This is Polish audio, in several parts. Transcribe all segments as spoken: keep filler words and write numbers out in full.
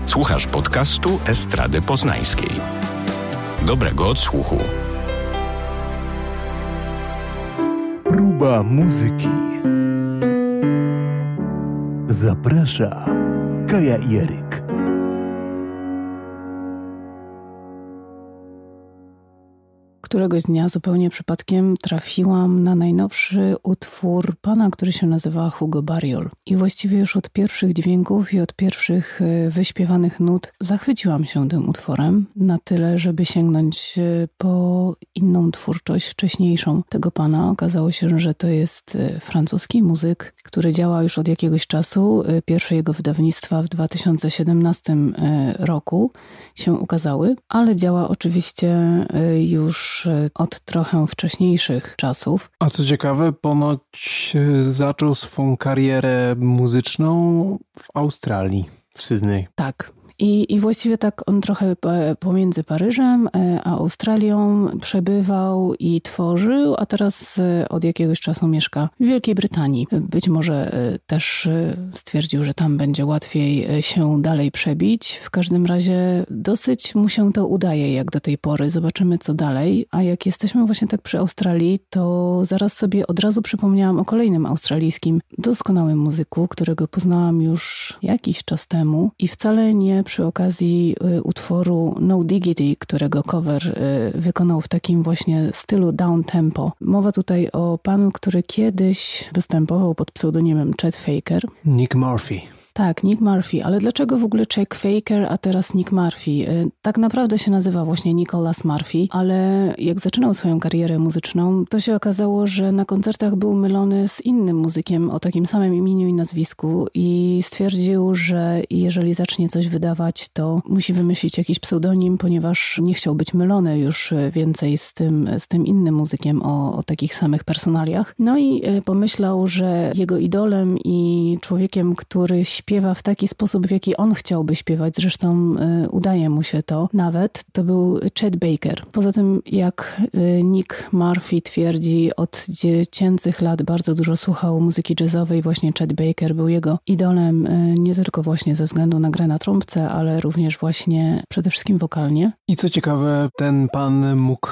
Słuchasz podcastu Estrady Poznańskiej. Dobrego odsłuchu. Próba muzyki. Zaprasza Kaja i Eryk. Któregoś dnia zupełnie przypadkiem trafiłam na najnowszy utwór pana, który się nazywa Hugo Barriol. I właściwie już od pierwszych dźwięków i od pierwszych wyśpiewanych nut zachwyciłam się tym utworem na tyle, żeby sięgnąć po inną twórczość wcześniejszą tego pana. Okazało się, że to jest francuski muzyk, który działa już od jakiegoś czasu. Pierwsze jego wydawnictwa w dwa tysiące siedemnastym roku się ukazały, ale działa oczywiście już od trochę wcześniejszych czasów. A co ciekawe, ponoć zaczął swą karierę muzyczną w Australii, w Sydney. Tak. I, I właściwie tak on trochę pomiędzy Paryżem a Australią przebywał i tworzył, a teraz od jakiegoś czasu mieszka w Wielkiej Brytanii. Być może też stwierdził, że tam będzie łatwiej się dalej przebić. W każdym razie dosyć mu się to udaje jak do tej pory. Zobaczymy co dalej. A jak jesteśmy właśnie tak przy Australii, to zaraz sobie od razu przypomniałam o kolejnym australijskim doskonałym muzyku, którego poznałam już jakiś czas temu i wcale nie przy okazji utworu No Diggity, którego cover wykonał w takim właśnie stylu down tempo. Mowa tutaj o panu, który kiedyś występował pod pseudonimem Chet Faker. Nick Murphy. Tak, Nick Murphy. Ale dlaczego w ogóle Chet Faker, a teraz Nick Murphy? Tak naprawdę się nazywa właśnie Nicholas Murphy, ale jak zaczynał swoją karierę muzyczną, to się okazało, że na koncertach był mylony z innym muzykiem o takim samym imieniu i nazwisku i stwierdził, że jeżeli zacznie coś wydawać, to musi wymyślić jakiś pseudonim, ponieważ nie chciał być mylony już więcej z tym, z tym innym muzykiem o, o takich samych personaliach. No i pomyślał, że jego idolem i człowiekiem, który śpiewa w taki sposób, w jaki on chciałby śpiewać, zresztą y, udaje mu się to nawet, to był Chet Baker. Poza tym, jak y, Nick Murphy twierdzi, od dziecięcych lat bardzo dużo słuchał muzyki jazzowej, właśnie Chet Baker był jego idolem, y, nie tylko właśnie ze względu na grę na trąbce, ale również właśnie przede wszystkim wokalnie. I co ciekawe, ten pan mógł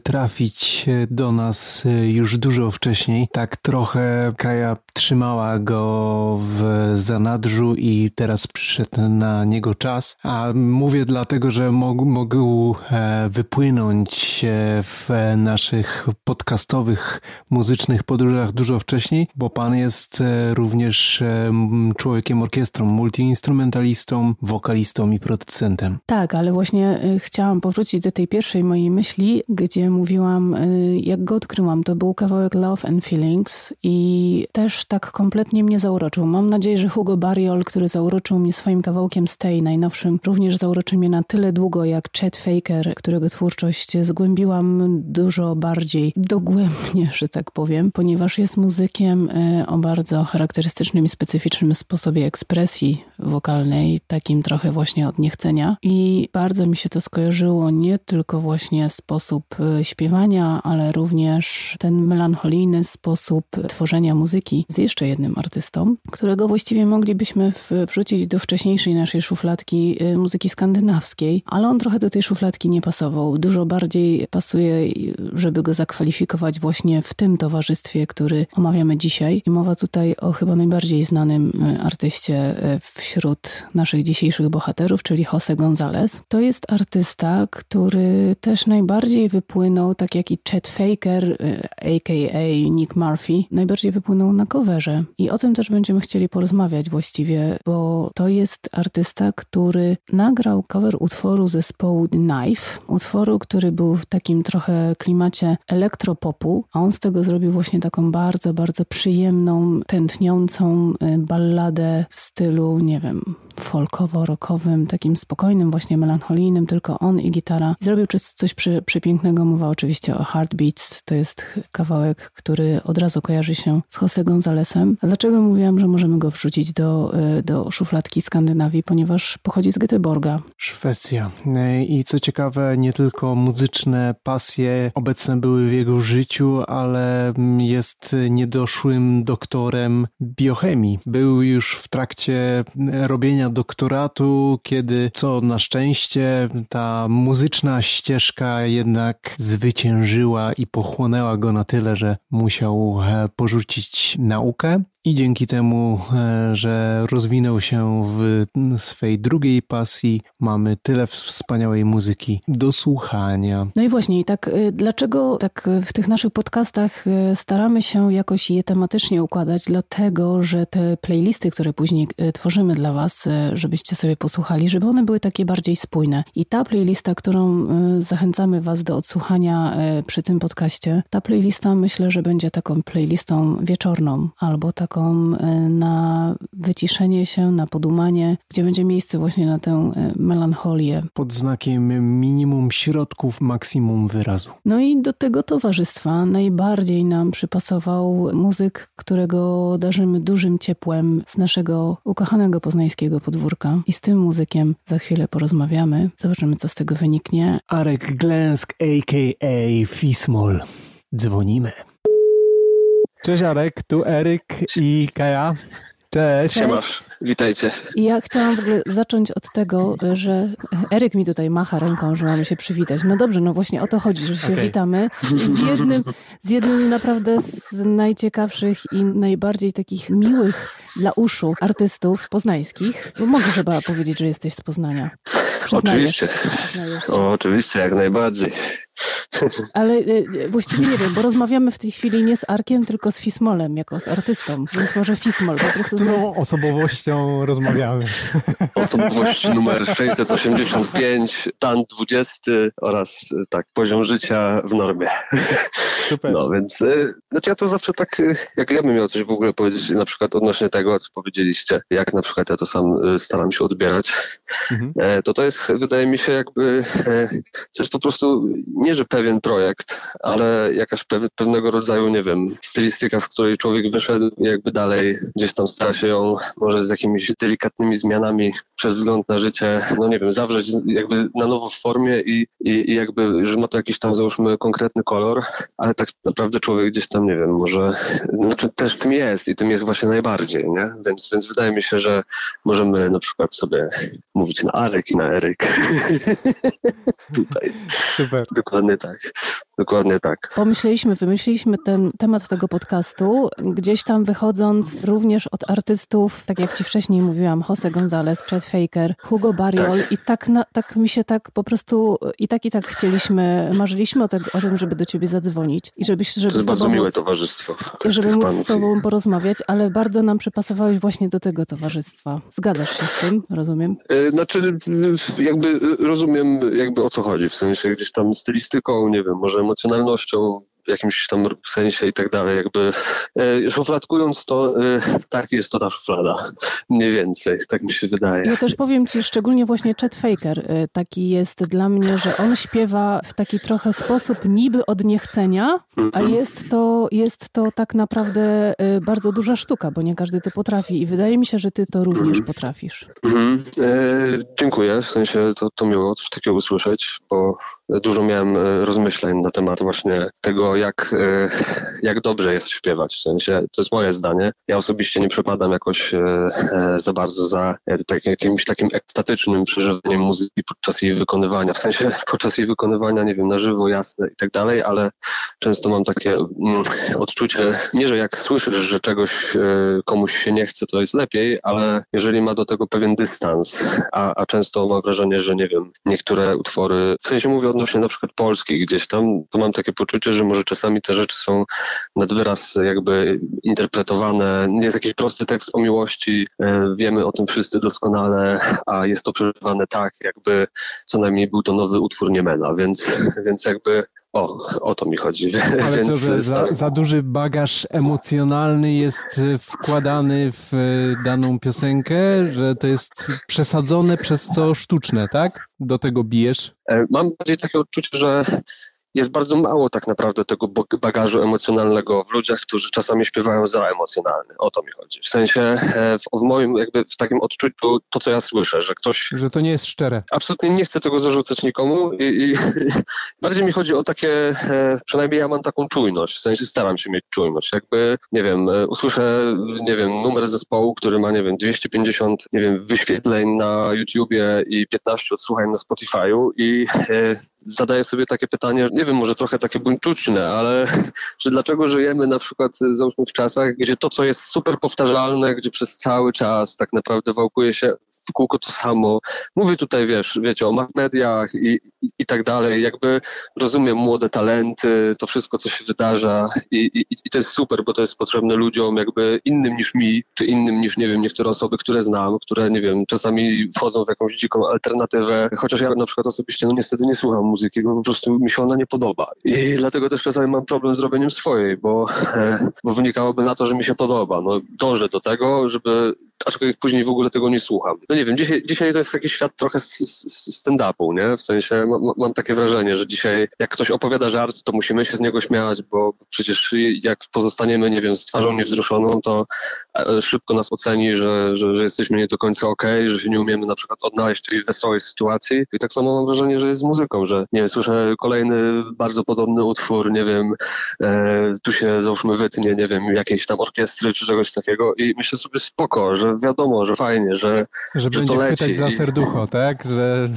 trafić do nas już dużo wcześniej. Tak trochę Kaja trzymała go w zanadrzu i teraz przyszedł na niego czas. A mówię dlatego, że mógł, mógł wypłynąć w naszych podcastowych, muzycznych podróżach dużo wcześniej, bo pan jest również człowiekiem orkiestrą, multiinstrumentalistą, wokalistą i producentem. Tak, ale właśnie chciałam powrócić do tej pierwszej mojej myśli, gdzie mówiłam, jak go odkryłam. To był kawałek Love and Feelings i też tak kompletnie mnie zauroczył. Mam nadzieję, że Hugo Barriol, który zauroczył mnie swoim kawałkiem Stay, najnowszym, również zauroczy mnie na tyle długo jak Chet Faker, którego twórczość zgłębiłam dużo bardziej dogłębnie, że tak powiem, ponieważ jest muzykiem o bardzo charakterystycznym i specyficznym sposobie ekspresji wokalnej, takim trochę właśnie od niechcenia i bardzo mi się to skojarzyło nie tylko właśnie sposób śpiewania, ale również ten melancholijny sposób tworzenia muzyki z jeszcze jednym artystą, którego właściwie moglibyśmy wrzucić do wcześniejszej naszej szufladki muzyki skandynawskiej, ale on trochę do tej szufladki nie pasował. Dużo bardziej pasuje, żeby go zakwalifikować właśnie w tym towarzystwie, który omawiamy dzisiaj. I mowa tutaj o chyba najbardziej znanym artyście wśród naszych dzisiejszych bohaterów, czyli José González. To jest artysta, który też najbardziej wypłynął, tak jak i Chet Faker, a k a. Nick Murphy, najbardziej wypłynął na coverze. I o tym też będziemy chcieli porozmawiać właściwie, bo to jest artysta, który nagrał cover utworu zespołu The Knife, utworu, który był w takim trochę klimacie elektropopu, a on z tego zrobił właśnie taką bardzo, bardzo przyjemną, tętniącą balladę w stylu, nie wiem, folkowo-rockowym, takim spokojnym, właśnie melancholijnym, tylko on i gitara. I zrobił coś przy, przepięknego. Mowa oczywiście o Heartbeats. To jest kawałek, który od razu kojarzy się z José Gonzálezem. A dlaczego mówiłam, że możemy go wrzucić do do szufladki Skandynawii, ponieważ pochodzi z Göteborga. Szwecja. I co ciekawe, nie tylko muzyczne pasje obecne były w jego życiu, ale jest niedoszłym doktorem biochemii. Był już w trakcie robienia doktoratu, kiedy, co na szczęście, ta muzyczna ścieżka jednak zwyciężyła i pochłonęła go na tyle, że musiał porzucić naukę. I dzięki temu, że rozwinął się w swej drugiej pasji, mamy tyle wspaniałej muzyki do słuchania. No i właśnie, i tak dlaczego tak w tych naszych podcastach staramy się jakoś je tematycznie układać? Dlatego, że te playlisty, które później tworzymy dla was, żebyście sobie posłuchali, żeby one były takie bardziej spójne. I ta playlista, którą zachęcamy was do odsłuchania przy tym podcaście, ta playlista myślę, że będzie taką playlistą wieczorną albo taką na wyciszenie się, na podumanie, gdzie będzie miejsce właśnie na tę melancholię. Pod znakiem minimum środków, maksimum wyrazu. No i do tego towarzystwa najbardziej nam przypasował muzyk, którego darzymy dużym ciepłem z naszego ukochanego poznańskiego podwórka. I z tym muzykiem za chwilę porozmawiamy. Zobaczymy, co z tego wyniknie. Arek Glensk, a k a. Fismol. Dzwonimy. Cześć Arek, tu Eryk i Kaja. Cześć. Siemasz, witajcie. I ja chciałam w ogóle zacząć od tego, że Eryk mi tutaj macha ręką, że mamy się przywitać. No dobrze, no właśnie o to chodzi, że się okay. witamy z jednym, z jednym naprawdę z najciekawszych i najbardziej takich miłych dla uszu artystów poznańskich. Bo mogę chyba powiedzieć, że jesteś z Poznania. Przyznajesz, oczywiście. Przyznajesz o, oczywiście, jak najbardziej. Ale y, właściwie nie wiem, bo rozmawiamy w tej chwili nie z Arkiem, tylko z Fismolem, jako z artystą. Więc może Fismol po prostu... Z którą osobowością rozmawiamy? Osobowość numer sześćset osiemdziesiąt pięć, tan dwudziesty oraz tak, poziom życia w normie. Super. No więc, znaczy ja to zawsze tak, jak ja bym miał coś w ogóle powiedzieć na przykład odnośnie tego, co powiedzieliście, jak na przykład ja to sam staram się odbierać, mhm. to to jest, wydaje mi się, jakby, to jest po prostu nie, że pewien projekt, ale jakaś pe- pewnego rodzaju, nie wiem, stylistyka, z której człowiek wyszedł jakby dalej, gdzieś tam stara się ją może z jakimiś delikatnymi zmianami przez wzgląd na życie, no nie wiem, zawrzeć jakby na nowo w formie i, i, i jakby, że ma to jakiś tam, załóżmy, konkretny kolor, ale tak naprawdę człowiek gdzieś tam, nie wiem, może, znaczy też tym jest i tym jest właśnie najbardziej, nie? Więc, więc wydaje mi się, że możemy na przykład sobie mówić na Arek i na Eryk. Tutaj. Super. Dokładnie tak. Dokładnie tak. Pomyśleliśmy, wymyśliliśmy ten temat tego podcastu, gdzieś tam wychodząc również od artystów, tak jak ci wcześniej mówiłam, Jose González, Chet Faker, Hugo Barriol tak. i tak, na, tak mi się tak po prostu i tak i tak chcieliśmy, marzyliśmy o, te, o tym, żeby do ciebie zadzwonić i żebyś, żeby to jest z tobą bardzo miłe móc, towarzystwo. żeby móc z tobą porozmawiać, ale bardzo nam przypasowałeś właśnie do tego towarzystwa. Zgadzasz się z tym? Rozumiem? Znaczy jakby rozumiem jakby o co chodzi, w sensie gdzieś tam stylistyką, nie wiem, może emocjonalnością w jakimś tam sensie i tak dalej, jakby e, szufladkując to, e, tak jest to ta szuflada, mniej więcej, tak mi się wydaje. Ja też powiem ci, szczególnie właśnie Chet Faker e, taki jest dla mnie, że on śpiewa w taki trochę sposób niby od niechcenia, mm-hmm. a jest to, jest to tak naprawdę e, bardzo duża sztuka, bo nie każdy to potrafi i wydaje mi się, że ty to również mm-hmm. potrafisz. Mm-hmm. E, dziękuję, w sensie to, to miło coś takiego usłyszeć, bo dużo miałem rozmyśleń na temat właśnie tego, jak, jak dobrze jest śpiewać. W sensie, to jest moje zdanie. Ja osobiście nie przepadam jakoś za bardzo za tak, jakimś takim ekstatycznym przeżywaniem muzyki podczas jej wykonywania. W sensie podczas jej wykonywania, nie wiem, na żywo, jasne i tak dalej, ale często mam takie mm, odczucie, nie, że jak słyszysz, że czegoś komuś się nie chce, to jest lepiej, ale jeżeli ma do tego pewien dystans, a, a często mam wrażenie, że nie wiem, niektóre utwory, w sensie mówię odnośnie na przykład polskich gdzieś tam, to mam takie poczucie, że może czasami te rzeczy są nad wyraz jakby interpretowane. Nie jest jakiś prosty tekst o miłości, wiemy o tym wszyscy doskonale, a jest to przeżywane tak, jakby co najmniej był to nowy utwór Niemena, więc, więc jakby O, o to mi chodzi. Ale Więc to, że za, za duży bagaż emocjonalny jest wkładany w daną piosenkę, że to jest przesadzone, przez co sztuczne, tak? Do tego bijesz? Mam bardziej takie odczucie, że jest bardzo mało tak naprawdę tego bagażu emocjonalnego w ludziach, którzy czasami śpiewają za emocjonalnie. O to mi chodzi. W sensie w, w moim jakby w takim odczuciu to, co ja słyszę, że ktoś... Że to nie jest szczere. Absolutnie nie chcę tego zarzucać nikomu i, i bardziej mi chodzi o takie, przynajmniej ja mam taką czujność, w sensie staram się mieć czujność. Jakby, nie wiem, usłyszę, nie wiem, numer zespołu, który ma, nie wiem, dwieście pięćdziesiąt, nie wiem, wyświetleń na YouTubie i piętnaście odsłuchań na Spotify'u i e, zadaję sobie takie pytanie, nie wiem, może trochę takie buńczuczne, ale że dlaczego żyjemy na przykład, załóżmy, w czasach, gdzie to, co jest super powtarzalne, gdzie przez cały czas tak naprawdę wałkuje się w kółko to samo. Mówię tutaj, wiesz, wiecie, o mediach i, i, i tak dalej. Jakby rozumiem młode talenty, to wszystko, co się wydarza i, i, i to jest super, bo to jest potrzebne ludziom jakby innym niż mi, czy innym niż, nie wiem, niektóre osoby, które znam, które, nie wiem, czasami wchodzą w jakąś dziką alternatywę, chociaż ja na przykład osobiście, no niestety nie słucham muzyki, bo po prostu mi się ona nie podoba. I dlatego też czasami mam problem z robieniem swojej, bo, e, bo wynikałoby na to, że mi się podoba. No dążę do tego, żeby aczkolwiek później w ogóle tego nie słucham. No nie wiem, dzisiaj, dzisiaj to jest taki świat trochę stand-upu, nie? W sensie ma, mam takie wrażenie, że dzisiaj jak ktoś opowiada żart, to musimy się z niego śmiać, bo przecież jak pozostaniemy, nie wiem, z twarzą niewzruszoną, to szybko nas oceni, że, że, że jesteśmy nie do końca okej, że się nie umiemy na przykład odnaleźć w tej wesołej sytuacji. I tak samo mam wrażenie, że jest z muzyką, że nie wiem, słyszę kolejny bardzo podobny utwór, nie wiem, e, tu się załóżmy wytnie, nie wiem, jakiejś tam orkiestry czy czegoś takiego i myślę sobie spoko, że wiadomo, że fajnie, że, że, że będzie to leci. chwytać za serducho, tak? Że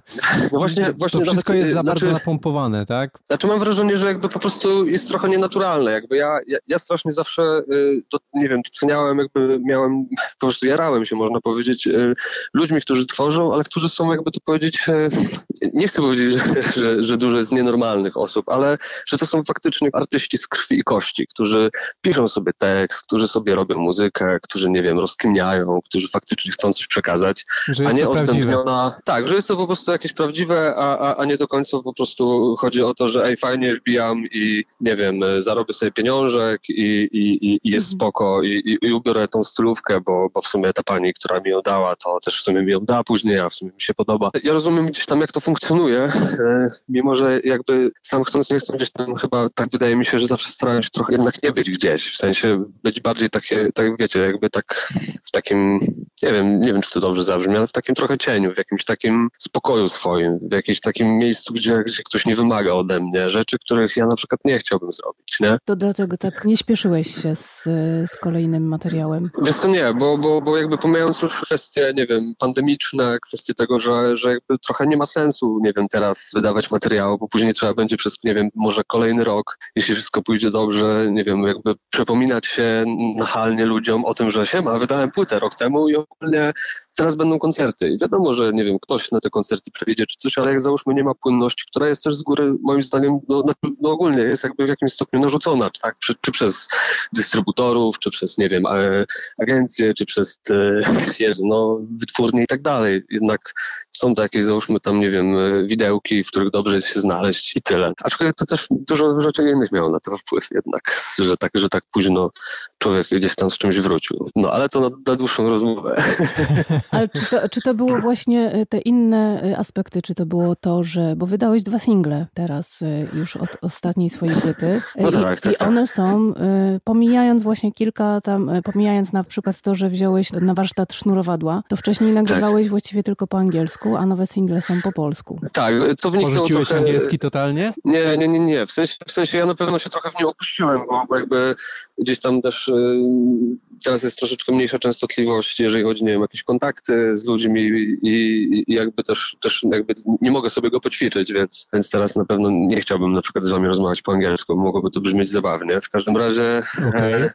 no właśnie, właśnie to wszystko nawet, jest za znaczy, bardzo napompowane, tak? Znaczy mam wrażenie, że jakby po prostu jest trochę nienaturalne. Jakby ja, ja, ja strasznie zawsze, y, to, nie wiem, doceniałem, jakby miałem, po prostu jarałem się, można powiedzieć, y, ludźmi, którzy tworzą, ale którzy są, jakby to powiedzieć, y, nie chcę powiedzieć, że, że, że dużo jest nienormalnych osób, ale że to są faktycznie artyści z krwi i kości, którzy piszą sobie tekst, którzy sobie robią muzykę, którzy, nie wiem, rozkminiają, którzy faktycznie chcą coś przekazać, a nie odbędniona... Tak, że jest to po prostu jakieś prawdziwe, a, a, a nie do końca po prostu chodzi o to, że ej, fajnie wbijam i, nie wiem, zarobię sobie pieniążek i, i, i jest spoko i, i, i ubiorę tą stylówkę, bo, bo w sumie ta pani, która mi ją dała, to też w sumie mi ją dała później, a w sumie mi się podoba. Ja rozumiem gdzieś tam, jak to funkcjonuje, mimo że jakby sam chcąc, nie chcąc, gdzieś tam chyba tak wydaje mi się, że zawsze starałem się trochę jednak nie być gdzieś, w sensie być bardziej takie, tak wiecie, jakby tak w takim, nie wiem, nie wiem, czy to dobrze zabrzmi, ale w takim trochę cieniu, w jakimś takim spokoju swoim, w jakimś takim miejscu, gdzie, gdzie ktoś nie wymaga ode mnie rzeczy, których ja na przykład nie chciałbym zrobić, nie? To dlatego tak nie śpieszyłeś się z, z kolejnym materiałem? Wiesz co, nie, bo, bo, bo jakby pomijając już kwestie, nie wiem, pandemiczne, kwestie tego, że, że jakby trochę nie ma sensu, nie wiem, teraz wydawać materiału, bo później trzeba będzie przez, nie wiem, może kolejny rok, jeśli wszystko pójdzie dobrze, nie wiem, jakby przypominać się nachalnie ludziom o tym, że siema, wydałem płytę rok temu i ogólnie teraz będą koncerty i wiadomo, że nie wiem, ktoś na te koncerty przyjdzie czy coś, ale jak załóżmy nie ma płynności, która jest też z góry moim zdaniem no, no ogólnie jest jakby w jakimś stopniu narzucona, tak? Czy, czy przez dystrybutorów, czy przez, nie wiem, agencje, czy przez e, Jezu, no, wytwórnie i tak dalej. Jednak są to jakieś, załóżmy tam, nie wiem, widełki, w których dobrze jest się znaleźć i tyle. Aczkolwiek to też dużo rzeczy innych miało na to wpływ jednak, że tak, że tak późno człowiek gdzieś tam z czymś wrócił. No ale to na, na dłuższą rozmowę. Ale czy to, czy to było właśnie te inne aspekty, czy to było to, że, bo wydałeś dwa single teraz już od ostatniej swojej płyty no tak, i, tak, i tak. one są, pomijając właśnie kilka tam, pomijając na przykład to, że wziąłeś na warsztat sznurowadła, to wcześniej nagrywałeś tak. właściwie tylko po angielsku, a nowe single są po polsku. Tak, to wyniknęło Porzuciłeś trochę... angielski totalnie? Nie, nie, nie, nie. W sensie, w sensie ja na pewno się trochę w nim opuściłem, bo jakby gdzieś tam też yy, teraz jest troszeczkę mniejsza częstotliwość, jeżeli chodzi, nie wiem, jakieś kontakty z ludźmi i, i, i jakby też, też jakby nie mogę sobie go poćwiczyć, więc, więc teraz na pewno nie chciałbym na przykład z wami rozmawiać po angielsku, mogłoby to brzmieć zabawnie. W każdym razie okay.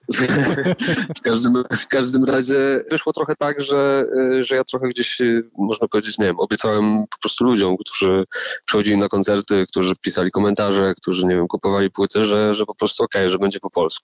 w, każdym, w każdym razie wyszło trochę tak, że, że ja trochę gdzieś, można powiedzieć, nie wiem, obiecałem po prostu ludziom, którzy przychodzili na koncerty, którzy pisali komentarze, którzy, nie wiem, kupowali płyty, że, że po prostu okej, okay, że będzie po polsku, że,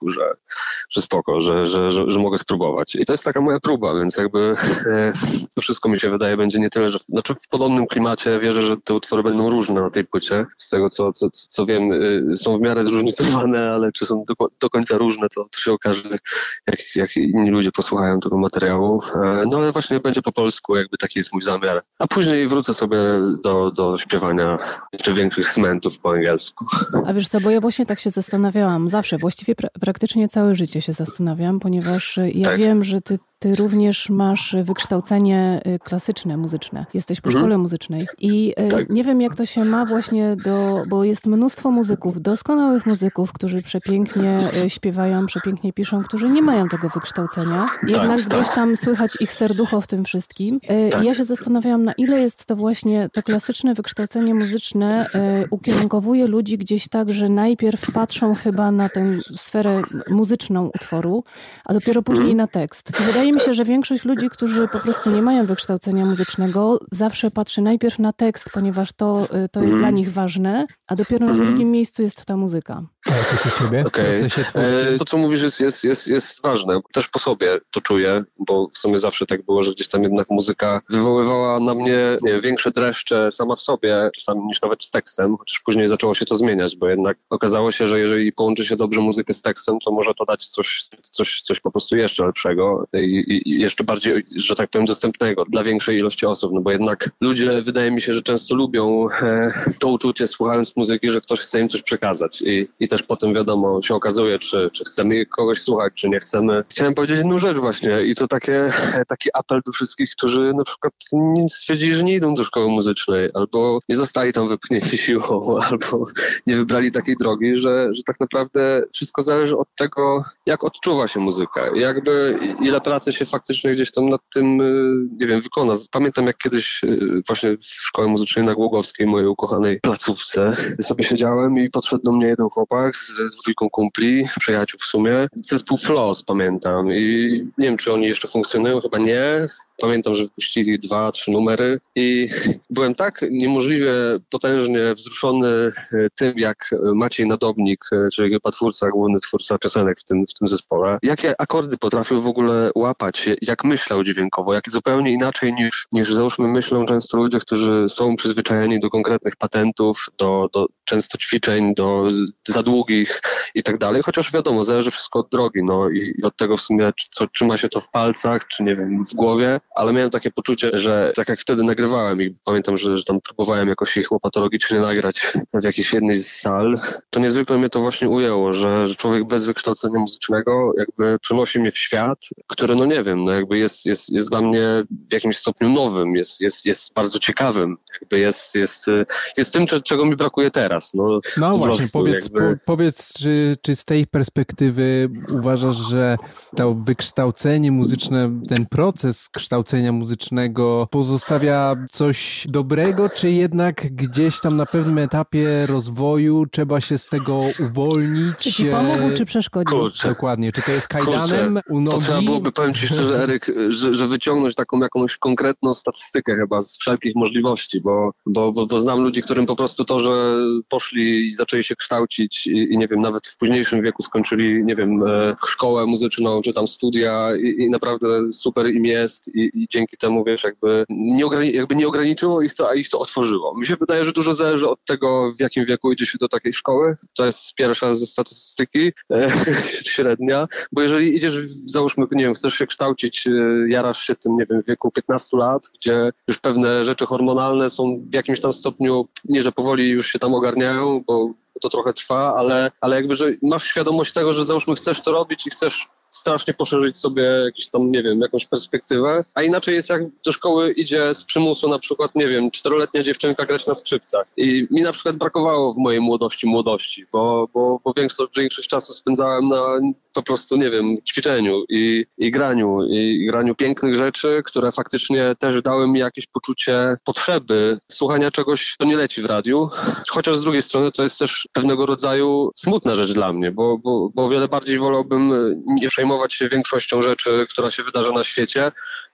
że spoko, że, że, że, że mogę spróbować. I to jest taka moja próba, więc jakby e, to wszystko mi się wydaje będzie nie tyle, że znaczy w podobnym klimacie wierzę, że te utwory będą różne na tej płycie. Z tego co, co, co wiem, y, są w miarę zróżnicowane, ale czy są do, do końca różne, to, to się okaże, jak, jak inni ludzie posłuchają tego materiału. E, no ale właśnie będzie po polsku, jakby taki jest mój zamiar. A później wrócę sobie do, do śpiewania jeszcze większych smentów po angielsku. A wiesz co, bo ja właśnie tak się zastanawiałam zawsze, właściwie pra- praktycznie całe życie się zastanawiam, ponieważ ja tak. wiem, że ty Ty również masz wykształcenie klasyczne, muzyczne. Jesteś po mhm. szkole muzycznej. I tak. nie wiem, jak to się ma właśnie do... Bo jest mnóstwo muzyków, doskonałych muzyków, którzy przepięknie śpiewają, przepięknie piszą, którzy nie mają tego wykształcenia. Jednak tak, gdzieś tak. tam słychać ich serducho w tym wszystkim. Tak. I ja się zastanawiałam, na ile jest to właśnie to klasyczne wykształcenie muzyczne ukierunkowuje ludzi gdzieś tak, że najpierw patrzą chyba na tę sferę muzyczną utworu, a dopiero później mhm. na tekst. Wydaje mi się, że większość ludzi, którzy po prostu nie mają wykształcenia muzycznego, zawsze patrzy najpierw na tekst, ponieważ to, to jest mm. dla nich ważne, a dopiero mm. na drugim miejscu jest ta muzyka. A jak jest u ciebie w okay. procesie twórczym? To, co mówisz, jest, jest, jest, jest ważne. Też po sobie to czuję, bo w sumie zawsze tak było, że gdzieś tam jednak muzyka wywoływała na mnie nie wiem, większe dreszcze sama w sobie, czasami niż nawet z tekstem, chociaż później zaczęło się to zmieniać, bo jednak okazało się, że jeżeli połączy się dobrze muzykę z tekstem, to może to dać coś, coś, coś po prostu jeszcze lepszego. I, i jeszcze bardziej, że tak powiem, dostępnego dla większej ilości osób, no bo jednak ludzie, wydaje mi się, że często lubią e, to uczucie, słuchając muzyki, że ktoś chce im coś przekazać i, i też potem wiadomo, się okazuje, czy, czy chcemy kogoś słuchać, czy nie chcemy. Chciałem powiedzieć jedną rzecz właśnie i to takie, taki apel do wszystkich, którzy na przykład stwierdzili, że nie idą do szkoły muzycznej, albo nie zostali tam wypchnięci siłą, albo nie wybrali takiej drogi, że, że tak naprawdę wszystko zależy od tego, jak odczuwa się muzyka, jakby ile pracy się faktycznie gdzieś tam nad tym, nie wiem, wykona. Pamiętam, jak kiedyś właśnie w szkole muzycznej na Głogowskiej, mojej ukochanej placówce, sobie siedziałem i podszedł do mnie jeden chłopak z dwójką kumpli, przyjaciół w sumie. Zespół Floss, pamiętam. I nie wiem, czy oni jeszcze funkcjonują, chyba nie. Pamiętam, że wypuścili dwa, trzy numery i byłem tak niemożliwie potężnie wzruszony tym, jak Maciej Nadobnik, czyli chyba twórca, główny twórca piosenek w tym, w tym zespole, jakie akordy potrafił w ogóle łapać, jak myślał dźwiękowo, jak zupełnie inaczej niż, niż załóżmy myślą często ludzie, którzy są przyzwyczajeni do konkretnych patentów, do, do często ćwiczeń, do za długich i tak dalej, chociaż wiadomo, zależy wszystko od drogi, no i, i od tego w sumie, czy, co trzyma się to w palcach, czy nie wiem, w głowie, ale miałem takie poczucie, że tak jak wtedy nagrywałem i pamiętam, że, że tam próbowałem jakoś ich łopatologicznie nagrać w jakiejś jednej z sal, to niezwykle mnie to właśnie ujęło, że, że człowiek bez wykształcenia muzycznego jakby przenosi mnie w świat, który no nie wiem, no jakby jest, jest, jest dla mnie w jakimś stopniu nowym, jest, jest, jest bardzo ciekawym, jakby jest, jest, jest tym, czego mi brakuje teraz. No, no właśnie, powiedz, jakby... po, powiedz czy, czy z tej perspektywy uważasz, że to wykształcenie muzyczne, ten proces kształcenia muzycznego pozostawia coś dobrego, czy jednak gdzieś tam na pewnym etapie rozwoju trzeba się z tego uwolnić? Czy ci pomógł, czy przeszkodził? Kurczę. Dokładnie. Czy to jest kajdanem Kurczę. u nogi? To trzeba byłoby, powiem ci szczerze, Eryk, że, że wyciągnąć taką jakąś konkretną statystykę chyba z wszelkich możliwości, bo, bo, bo, bo znam ludzi, którym po prostu to, że poszli i zaczęli się kształcić i, i nie wiem, nawet w późniejszym wieku skończyli, nie wiem, szkołę muzyczną, czy tam studia i, i naprawdę super im jest i, i dzięki temu, wiesz, jakby nie, ograni- jakby nie ograniczyło ich to, a ich to otworzyło. Mi się wydaje, że dużo zależy od tego, w jakim wieku idzie się do takiej szkoły. To jest pierwsza ze statystyki, e, średnia, bo jeżeli idziesz, załóżmy, nie wiem, chcesz się kształcić, jarasz się tym, nie wiem, w wieku piętnastu lat, gdzie już pewne rzeczy hormonalne są w jakimś tam stopniu, nie, że powoli już się tam ogarniają, bo to trochę trwa, ale, ale jakby, że masz świadomość tego, że załóżmy chcesz to robić i chcesz strasznie poszerzyć sobie jakąś tam, nie wiem, jakąś perspektywę, a inaczej jest jak do szkoły idzie z przymusu na przykład, nie wiem, czteroletnia dziewczynka grać na skrzypcach. I mi na przykład brakowało w mojej młodości młodości, bo, bo, bo większość, większość czasu spędzałem na po prostu, nie wiem, ćwiczeniu i, i graniu, i graniu pięknych rzeczy, które faktycznie też dały mi jakieś poczucie potrzeby słuchania czegoś, co nie leci w radiu, chociaż z drugiej strony to jest też pewnego rodzaju smutna rzecz dla mnie, bo, bo, bo o wiele bardziej wolałbym nie przejmować się większością rzeczy, która się wydarza na świecie,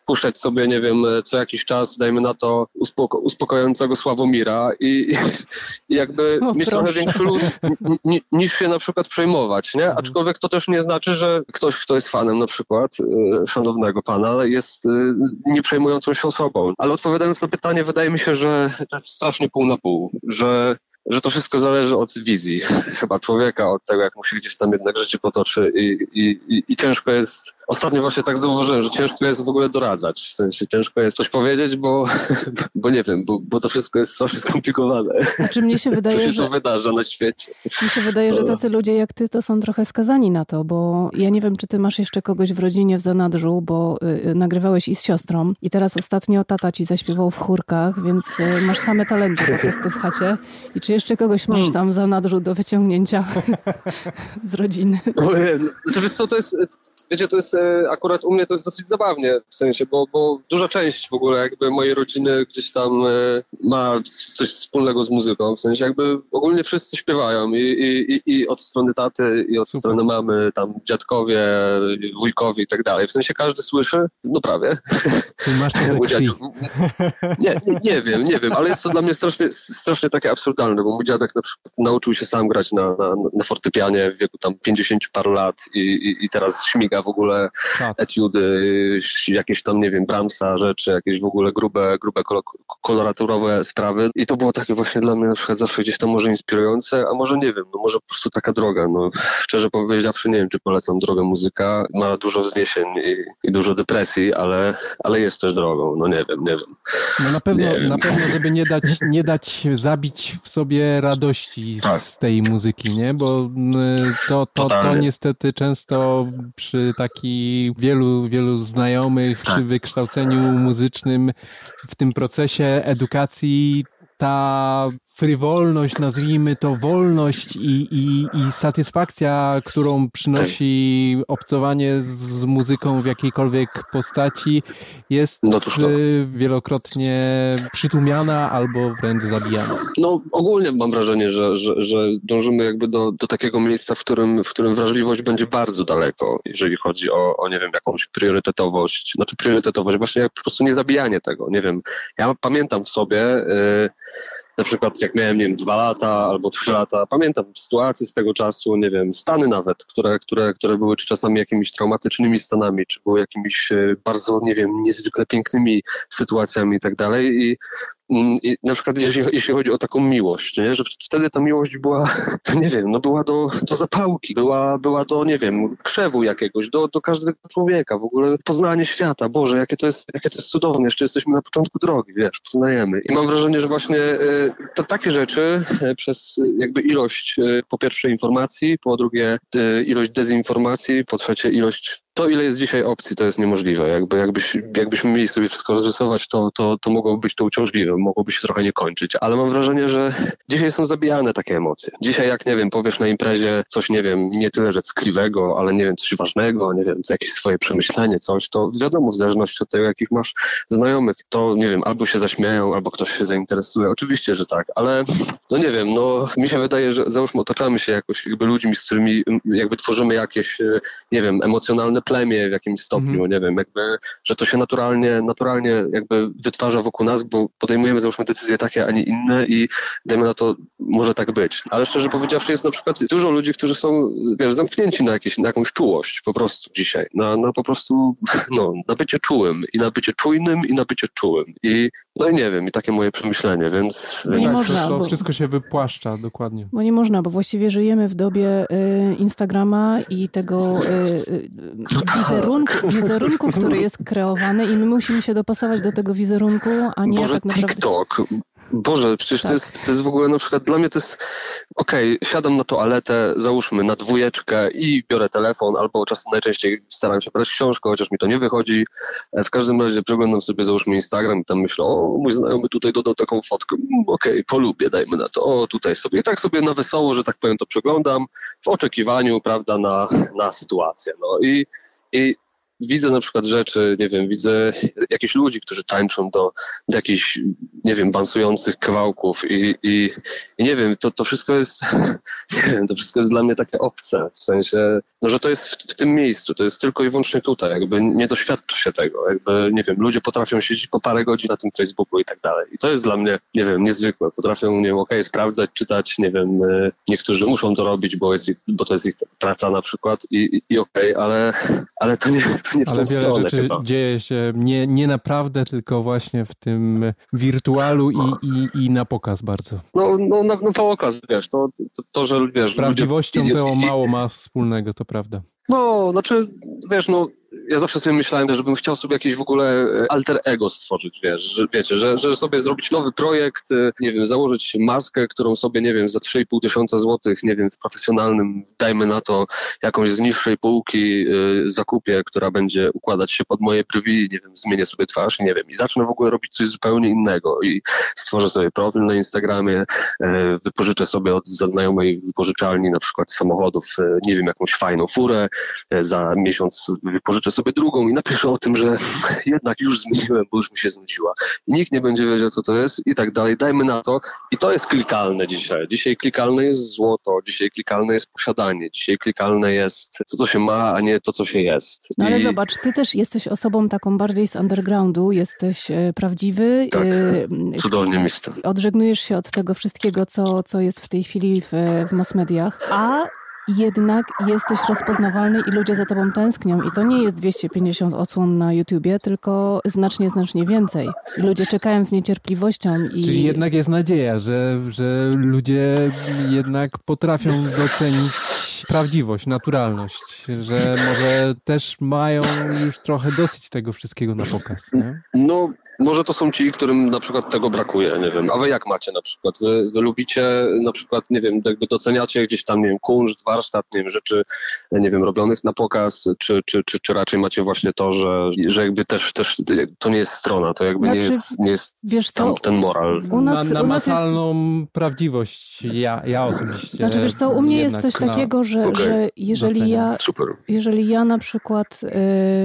puszczać sobie, nie wiem, co jakiś czas, dajmy na to, uspoko- uspokojącego Sławomira i, i jakby O, mieć proszę. trochę większy luz ni- niż się na przykład przejmować, nie? Aczkolwiek to też nie znaczy, że ktoś, kto jest fanem na przykład y, szanownego pana, jest y, nieprzejmującą się osobą. Ale odpowiadając na pytanie, wydaje mi się, że to jest strasznie pół na pół, że że to wszystko zależy od wizji chyba człowieka, od tego, jak mu się gdzieś tam jednak życie potoczy i, i, i, i ciężko jest, ostatnio właśnie tak zauważyłem, że ciężko jest w ogóle doradzać, w sensie ciężko jest coś powiedzieć, bo, bo nie wiem, bo, bo to wszystko jest strasznie skomplikowane. Znaczy mnie się Co wydaje, się że... to wydarza na świecie. Mi się wydaje, że tacy ludzie jak ty to są trochę skazani na to, bo ja nie wiem, czy ty masz jeszcze kogoś w rodzinie w zanadrzu, bo y, nagrywałeś i z siostrą i teraz ostatnio tata ci zaśpiewał w chórkach, więc y, masz same talenty po prostu w chacie. I czy jeszcze kogoś masz tam w zanadrzu do wyciągnięcia z rodziny? Znaczy, wiesz co, to jest, wiecie, to jest akurat u mnie to jest dosyć zabawnie, w sensie, bo, bo duża część w ogóle jakby mojej rodziny gdzieś tam ma coś wspólnego z muzyką, w sensie jakby ogólnie wszyscy śpiewają i, i, i od strony taty, i od Super. strony mamy, tam dziadkowie, wujkowie i tak dalej, w sensie każdy słyszy, no prawie. Ty masz to we Mój krwi. dziadek- nie, nie, nie wiem, nie wiem, ale jest to dla mnie strasznie, strasznie takie absurdalne, bo mój dziadek na przykład nauczył się sam grać na, na, na fortepianie w wieku tam pięćdziesięciu paru lat i, i, i teraz śmiga w ogóle Czad. etiudy, jakieś tam, nie wiem, Brahmsa rzeczy, jakieś w ogóle grube, grube kolo- koloraturowe sprawy i to było takie właśnie dla mnie na przykład zawsze gdzieś tam może inspirujące, a może nie wiem, no może po prostu taka droga, no szczerze powiedziawszy nie wiem, czy polecam drogę muzyka, ma dużo wzniesień i, i dużo depresji, ale, ale jest też drogą, no nie wiem, nie wiem. No na pewno, Nie wiem. na pewno, żeby nie dać, nie dać zabić w sobie radości Tak. z tej muzyki, nie? Bo y, to, to, to Totalnie. niestety często przy takich wielu, wielu znajomych, Tak. przy wykształceniu muzycznym, w tym procesie edukacji ta frywolność, nazwijmy to wolność i, i, i satysfakcja, którą przynosi obcowanie z, z muzyką w jakiejkolwiek postaci, jest No toż to. y, wielokrotnie przytłumiana albo wręcz zabijana. No ogólnie mam wrażenie, że, że, że dążymy jakby do, do takiego miejsca, w którym, w którym wrażliwość będzie bardzo daleko, jeżeli chodzi o, o, nie wiem, jakąś priorytetowość, znaczy priorytetowość, właśnie jak po prostu nie zabijanie tego, nie wiem. Ja pamiętam w sobie, yy, na przykład jak miałem, nie wiem, dwa lata albo trzy lata, pamiętam sytuacje z tego czasu, nie wiem, stany nawet, które, które, które były czy czasami jakimiś traumatycznymi stanami, czy były jakimiś e, bardzo, nie wiem, niezwykle pięknymi sytuacjami i tak dalej. I I na przykład jeśli, jeśli chodzi o taką miłość, nie? Że wtedy ta miłość była, nie wiem, no była do, do zapałki, była, była do, nie wiem, krzewu jakiegoś, do, do każdego człowieka, w ogóle poznanie świata. Boże, jakie to jest, jakie to jest cudowne, jeszcze jesteśmy na początku drogi, wiesz, poznajemy. I mam wrażenie, że właśnie to takie rzeczy przez jakby ilość po pierwsze informacji, po drugie ilość dezinformacji, po trzecie ilość to, ile jest dzisiaj opcji, to jest niemożliwe. Jakby, jakbyś, jakbyśmy mieli sobie wszystko rozrysować, to, to, to mogłoby być to uciążliwe, mogłoby się trochę nie kończyć. Ale mam wrażenie, że dzisiaj są zabijane takie emocje. Dzisiaj, jak nie wiem, powiesz na imprezie coś, nie wiem, nie tyle, że ckliwego, ale nie wiem, coś ważnego, nie wiem, jakieś swoje przemyślenie, coś, to wiadomo, w zależności od tego, jakich masz znajomych, to nie wiem, albo się zaśmieją, albo ktoś się zainteresuje. Oczywiście, że tak, ale no nie wiem, no mi się wydaje, że załóżmy, otaczamy się jakoś jakby ludźmi, z którymi jakby tworzymy jakieś, nie wiem, emocjonalne plemię w jakimś stopniu, mm. nie wiem, jakby, że to się naturalnie, naturalnie jakby wytwarza wokół nas, bo podejmujemy załóżmy decyzje takie, a nie inne i dajmy na to, może tak być. Ale szczerze powiedziawszy, jest na przykład dużo ludzi, którzy są, wiesz, zamknięci na, jakieś, na jakąś czułość po prostu dzisiaj, na, na po prostu, no, na bycie czułym i na bycie czujnym i na bycie czułym i no i nie wiem, i takie moje przemyślenie, więc... No nie tak, można, wszystko, bo... wszystko się wypłaszcza, dokładnie. Bo nie można, bo właściwie żyjemy w dobie y, Instagrama i tego y, y, wizerunku, wizerunku, który jest kreowany i my musimy się dopasować do tego wizerunku, a nie Boże, tak naprawdę... TikTok. Boże, przecież tak. to, jest, to jest w ogóle na przykład dla mnie to jest okej, okay, siadam na toaletę, załóżmy na dwójeczkę i biorę telefon, albo czasem najczęściej staram się brać książkę, chociaż mi to nie wychodzi. W każdym razie przeglądam sobie załóżmy Instagram i tam myślę, o mój znajomy tutaj dodał taką fotkę, okej, okay, polubię, dajmy na to, o tutaj sobie. I tak sobie na wesoło, że tak powiem, to przeglądam w oczekiwaniu, prawda, na, na sytuację. No i, i widzę na przykład rzeczy, nie wiem, widzę jakichś ludzi, którzy tańczą do, do jakichś, nie wiem, bansujących kawałków i, i, i nie wiem, to, to wszystko jest, nie wiem, to wszystko jest dla mnie takie obce, w sensie, no, że to jest w, w tym miejscu, to jest tylko i wyłącznie tutaj, jakby nie doświadcza się tego, jakby, nie wiem, ludzie potrafią siedzieć po parę godzin na tym Facebooku i tak dalej. I to jest dla mnie, nie wiem, niezwykłe. Potrafią, nie wiem, okej, okay, sprawdzać, czytać, nie wiem, niektórzy muszą to robić, bo, jest ich, bo to jest ich praca na przykład i, i, i okej, okay, ale, ale to nie, to nie w ale tą wiele stronę rzeczy chyba. dzieje się nie, nie naprawdę, tylko właśnie w tym wirtualu i, i, i na pokaz bardzo. No, no na, na pokaz, wiesz, to, to, to że wiesz... Z prawdziwością ludzie, to i, mało ma wspólnego, to prawda. No, znaczy, wiesz, no, ja zawsze sobie myślałem, żebym chciał sobie jakieś w ogóle alter ego stworzyć, wiesz, że, wiecie, że, że sobie zrobić nowy projekt, nie wiem, założyć maskę, którą sobie, nie wiem, za trzy i pół tysiąca złotych, nie wiem, w profesjonalnym, dajmy na to, jakąś z niższej półki y, zakupię, która będzie układać się pod moje brwi, nie wiem, zmienię sobie twarz i nie wiem, i zacznę w ogóle robić coś zupełnie innego i stworzę sobie profil na Instagramie, y, wypożyczę sobie od znajomej wypożyczalni na przykład samochodów, y, nie wiem, jakąś fajną furę, y, za miesiąc wypożyczę sobie drugą i napiszę o tym, że jednak już zmieniłem, bo już mi się znudziła. I nikt nie będzie wiedział, co to jest i tak dalej. Dajmy na to. I to jest klikalne dzisiaj. Dzisiaj klikalne jest złoto, dzisiaj klikalne jest posiadanie, dzisiaj klikalne jest to, co się ma, a nie to, co się jest. No ale I... zobacz, ty też jesteś osobą taką bardziej z undergroundu, jesteś prawdziwy. Tak, yy, cudownie mi z tym. Odżegnujesz się od tego wszystkiego, co, co jest w tej chwili w, w mass mediach, a jednak jesteś rozpoznawalny i ludzie za tobą tęsknią i to nie jest dwieście pięćdziesiąt odsłon na YouTubie, tylko znacznie, znacznie więcej. I ludzie czekają z niecierpliwością. I... Czyli jednak jest nadzieja, że, że ludzie jednak potrafią docenić prawdziwość, naturalność, że może też mają już trochę dosyć tego wszystkiego na pokaz, nie? No, może to są ci, którym na przykład tego brakuje, nie wiem. A wy jak macie na przykład? Wy, wy lubicie na przykład, nie wiem, jakby doceniacie gdzieś tam, nie wiem, kunszt, warsztat, nie wiem, rzeczy, nie wiem, robionych na pokaz, czy, czy, czy, czy raczej macie właśnie to, że, że jakby też, też to nie jest strona, to jakby znaczy, nie jest, nie jest wiesz co? tam ten moral. U nas, na namacalną u nas jest... prawdziwość, ja, ja osobiście. Znaczy wiesz co, u mnie jest coś takiego, że, okay. że jeżeli ja, Super. jeżeli ja na przykład, yy,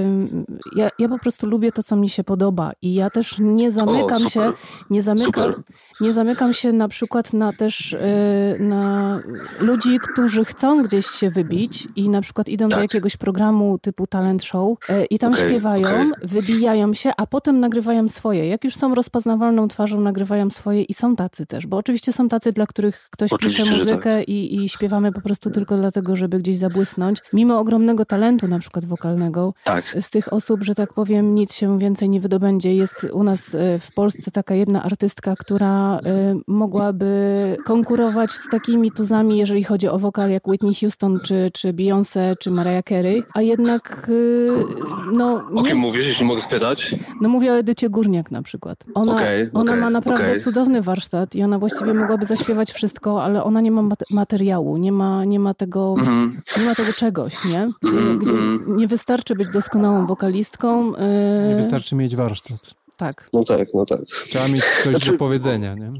ja, ja po prostu lubię to, co mi się podoba i ja też nie zamykam o, się, nie zamykam, nie zamykam się na przykład na też yy, na ludzi, którzy chcą gdzieś się wybić i na przykład idą tak. do jakiegoś programu typu talent show yy, i tam okay, śpiewają, okay. wybijają się, a potem nagrywają swoje. Jak już są rozpoznawalną twarzą, nagrywają swoje i są tacy też, bo oczywiście są tacy, dla których ktoś oczywiście, pisze muzykę tak. i, i śpiewamy po prostu tylko dlatego, żeby gdzieś zabłysnąć. Mimo ogromnego talentu na przykład wokalnego, tak. z tych osób, że tak powiem, nic się więcej nie wydobędzie. Jest u nas w Polsce taka jedna artystka, która mogłaby konkurować z takimi tuzami, jeżeli chodzi o wokal, jak Whitney Houston, czy, czy Beyoncé, czy Mariah Carey, a jednak no... O kim nie... mówisz, jeśli mogę spytać? No mówię o Edycie Górniak na przykład. Ona, okay, ona okay, ma naprawdę okay. cudowny warsztat i ona właściwie mogłaby zaśpiewać wszystko, ale ona nie ma materiału, nie ma, nie ma tego, mm-hmm. nie ma tego czegoś, nie? Gdzie, mm-hmm. gdzie nie wystarczy być doskonałą wokalistką. Yy... Nie wystarczy mieć warsztat. Tak. No tak, no tak. Trzeba mieć coś znaczy... do powiedzenia, nie?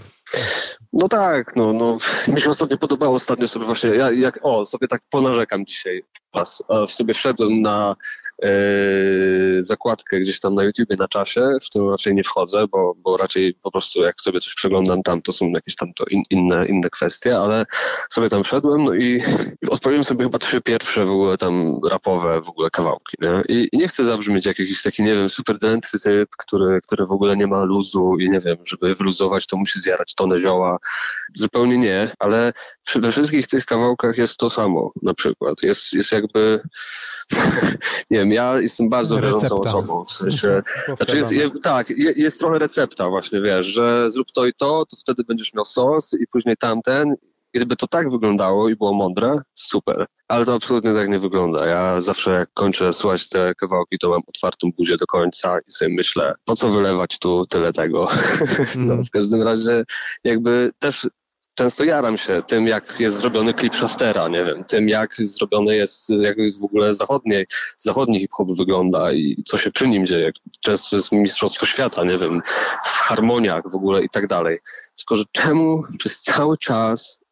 No tak, no, no. Mi się ostatnio podobało, ostatnio sobie właśnie, ja jak, o, sobie tak ponarzekam dzisiaj, a sobie wszedłem na e, zakładkę gdzieś tam na YouTubie na czasie, w którą raczej nie wchodzę, bo, bo raczej po prostu jak sobie coś przeglądam tam, to są jakieś tam to in, inne, inne kwestie, ale sobie tam wszedłem, no i, i odpowiem sobie chyba trzy pierwsze w ogóle tam rapowe w ogóle kawałki, nie? I, i nie chcę zabrzmieć jak jakiś taki, nie wiem, super drętwy typ, który, który w ogóle nie ma luzu i nie wiem, żeby wyluzować, to musi zjarać tonę zioła. Zupełnie nie, ale we wszystkich tych kawałkach jest to samo na przykład. Jest, jest jakby, nie wiem, ja jestem bardzo wierzącą osobą. W sensie, znaczy jest, je, tak, je, jest trochę recepta właśnie, wiesz, że zrób to i to, to wtedy będziesz miał sos i później tamten. Gdyby to tak wyglądało i było mądre, super. Ale to absolutnie tak nie wygląda. Ja zawsze jak kończę słuchać te kawałki, to mam otwartą buzię do końca i sobie myślę, po co wylewać tu tyle tego? No, w każdym razie jakby też często jaram się tym, jak jest zrobiony klip Shaftera, nie wiem, tym jak zrobiony jest, jak w ogóle zachodniej, zachodni hip-hop wygląda i co się przy nim dzieje. Często jest mistrzostwo świata, nie wiem, w harmoniach w ogóle i tak dalej. Tylko, że czemu przez cały czas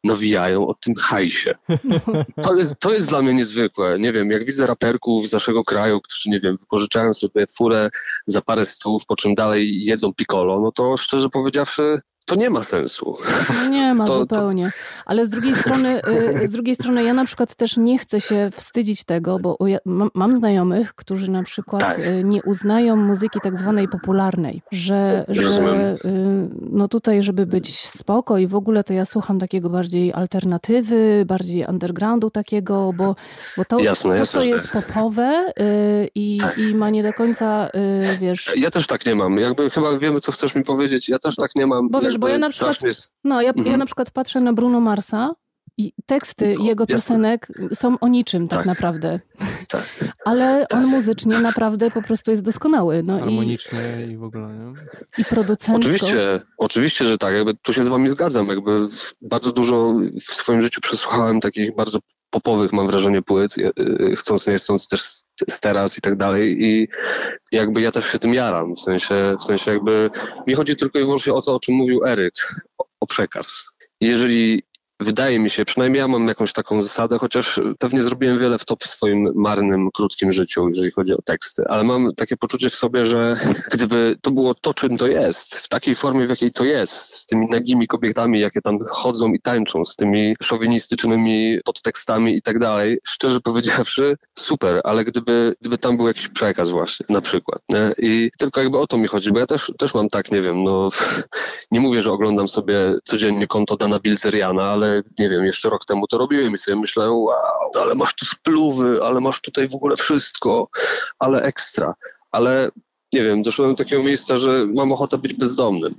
nawijają o tym hajsie. To jest, to jest dla mnie niezwykłe. Nie wiem, jak widzę raperków z naszego kraju, którzy, nie wiem, wypożyczają sobie furę za parę stów, po czym dalej jedzą piccolo, no to szczerze powiedziawszy, to nie ma sensu. No nie ma to, zupełnie. To... Ale z drugiej strony, z drugiej strony ja na przykład też nie chcę się wstydzić tego, bo ja mam znajomych, którzy na przykład tak. nie uznają muzyki tak zwanej popularnej, że, że no tutaj, żeby być spoko i w ogóle to ja słucham takiego bardziej alternatywy, bardziej undergroundu takiego, bo, bo to, jasne, to jasne, co jest popowe i, tak. i ma nie do końca, wiesz... Ja też tak nie mam. Jakby chyba wiemy, co chcesz mi powiedzieć. Ja też tak nie mam. Bo wiesz, bo ja na przykład, no, ja, mhm. ja na przykład patrzę na Bruno Marsa i teksty no, jego piosenek jasne. są o niczym tak, tak naprawdę. Tak. Ale tak. on muzycznie naprawdę po prostu jest doskonały. No harmonicznie i, i w ogóle, nie? I producencko. Oczywiście, oczywiście, że tak. Jakby tu się z wami zgadzam. Jakby bardzo dużo w swoim życiu przesłuchałem takich bardzo popowych, mam wrażenie, płyt, chcąc nie chcąc też z teraz i tak dalej i jakby ja też się tym jaram, w sensie, w sensie jakby mi chodzi tylko i wyłącznie o to, o czym mówił Eryk, o, o przekaz. Jeżeli wydaje mi się, przynajmniej ja mam jakąś taką zasadę, chociaż pewnie zrobiłem wiele wtop w swoim marnym, krótkim życiu, jeżeli chodzi o teksty, ale mam takie poczucie w sobie, że gdyby to było to, czym to jest, w takiej formie, w jakiej to jest, z tymi nagimi kobietami, jakie tam chodzą i tańczą, z tymi szowinistycznymi podtekstami i tak dalej, szczerze powiedziawszy, super, ale gdyby, gdyby tam był jakiś przekaz właśnie, na przykład, nie? I tylko jakby o to mi chodzi, bo ja też, też mam tak, nie wiem, no nie mówię, że oglądam sobie codziennie konto Dana Bilzeriana, ale nie wiem, jeszcze rok temu to robiłem i sobie myślę, wow, ale masz tu spluwy, ale masz tutaj w ogóle wszystko, ale ekstra. Ale nie wiem, doszedłem do takiego miejsca, że mam ochotę być bezdomnym.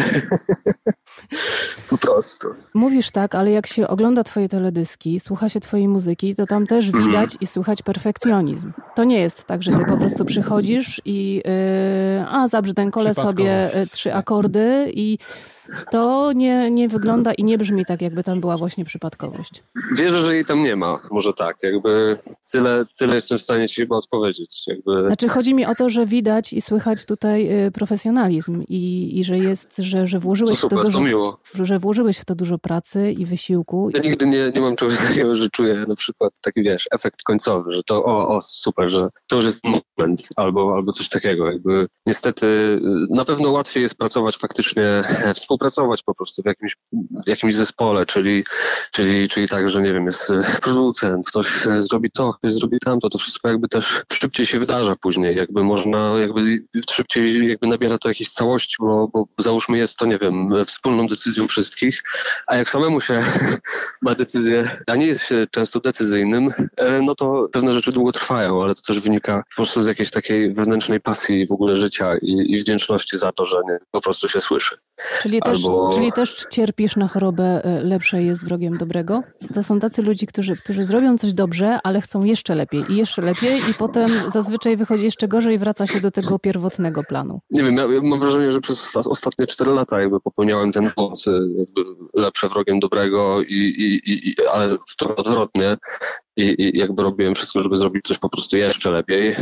Po prostu. Mówisz tak, ale jak się ogląda twoje teledyski, słucha się twojej muzyki, to tam też widać mm. i słychać perfekcjonizm. To nie jest tak, że ty po prostu przychodzisz i yy, a zabrzdękole sobie yy, trzy akordy i to nie, nie wygląda i nie brzmi tak, jakby tam była właśnie przypadkowość. Wierzę, że jej tam nie ma. Może tak. Jakby tyle, tyle jestem w stanie ci chyba odpowiedzieć. Jakby... Znaczy chodzi mi o to, że widać i słychać tutaj y, profesjonalizm i, i że jest, że, że włożyłeś to super, w to dużo, to miło. że włożyłeś w to dużo pracy i wysiłku. Ja nigdy nie, nie mam czegoś takiego, że czuję na przykład taki, wiesz, efekt końcowy, że to o, o super, że to już jest moment albo, albo coś takiego. Jakby niestety na pewno łatwiej jest pracować faktycznie, współpracować po prostu w jakimś, w jakimś zespole, czyli, czyli, czyli tak, że nie wiem, jest producent, ktoś zrobi to, ktoś zrobi tamto, to wszystko jakby też szybciej się wydarza później, jakby można, jakby szybciej jakby nabiera to jakiejś całości, bo, bo załóżmy jest to, nie wiem, wspólną decyzją wszystkich, a jak samemu się ma decyzję, a nie jest się często decyzyjnym, no to pewne rzeczy długo trwają, ale to też wynika po prostu z jakiejś takiej wewnętrznej pasji w ogóle życia i, i wdzięczności za to, że nie, po prostu się słyszy. Czyli też, Albo... czyli też cierpisz na chorobę lepsze jest wrogiem dobrego? To są tacy ludzie, którzy, którzy zrobią coś dobrze, ale chcą jeszcze lepiej i jeszcze lepiej i potem zazwyczaj wychodzi jeszcze gorzej i wraca się do tego pierwotnego planu. Nie wiem, ja mam wrażenie, że przez ostatnie cztery lata jakby popełniałem ten błąd, jakby lepsze wrogiem dobrego, i, i, i, ale to odwrotnie. I, I jakby robiłem wszystko, żeby zrobić coś po prostu jeszcze lepiej.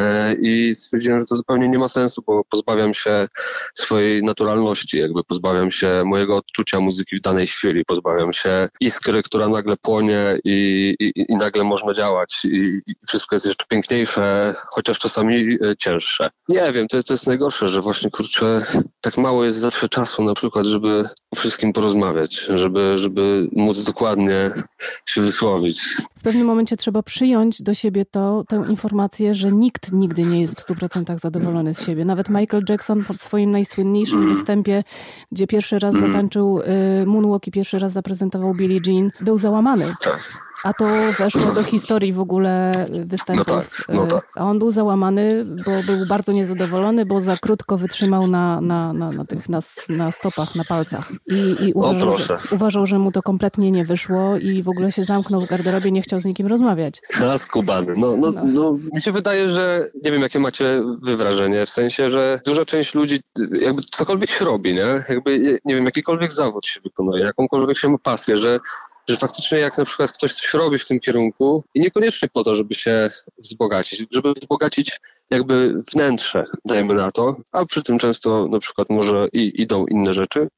I stwierdziłem, że to zupełnie nie ma sensu, bo pozbawiam się swojej naturalności, jakby pozbawiam się mojego odczucia muzyki w danej chwili, pozbawiam się iskry, która nagle płonie i, i, i nagle można działać i, i wszystko jest jeszcze piękniejsze, chociaż czasami cięższe. Nie wiem, to, to jest najgorsze, że właśnie, kurczę, tak mało jest zawsze czasu na przykład, żeby o wszystkim porozmawiać, żeby, żeby móc dokładnie się wysłowić. W pewnym momencie trzeba przyjąć do siebie to, tę informację, że nikt nigdy nie jest w stu procentach zadowolony z siebie. Nawet Michael Jackson pod swoim najsłynniejszym mm. występie, gdzie pierwszy raz mm. zatańczył y, moonwalk i pierwszy raz zaprezentował Billie Jean, był załamany. Tak. A to weszło do historii w ogóle występów. No tak, no tak. A on był załamany, bo był bardzo niezadowolony, bo za krótko wytrzymał na, na, na, na tych na, na stopach, na palcach. I, i uważał, że, uważał, że mu to kompletnie nie wyszło i w ogóle się zamknął w garderobie, nie chciał z nikim rozmawiać. A skubany. No, no, no. no, mi się wydaje, że nie wiem, jakie macie wy wrażenie, w sensie, że duża część ludzi jakby cokolwiek się robi, nie? Jakby, nie wiem, jakikolwiek zawód się wykonuje, jakąkolwiek się ma pasję, że że faktycznie jak na przykład ktoś coś robi w tym kierunku i niekoniecznie po to, żeby się wzbogacić, żeby wzbogacić jakby wnętrze, dajmy na to, a przy tym często na przykład może i idą inne rzeczy,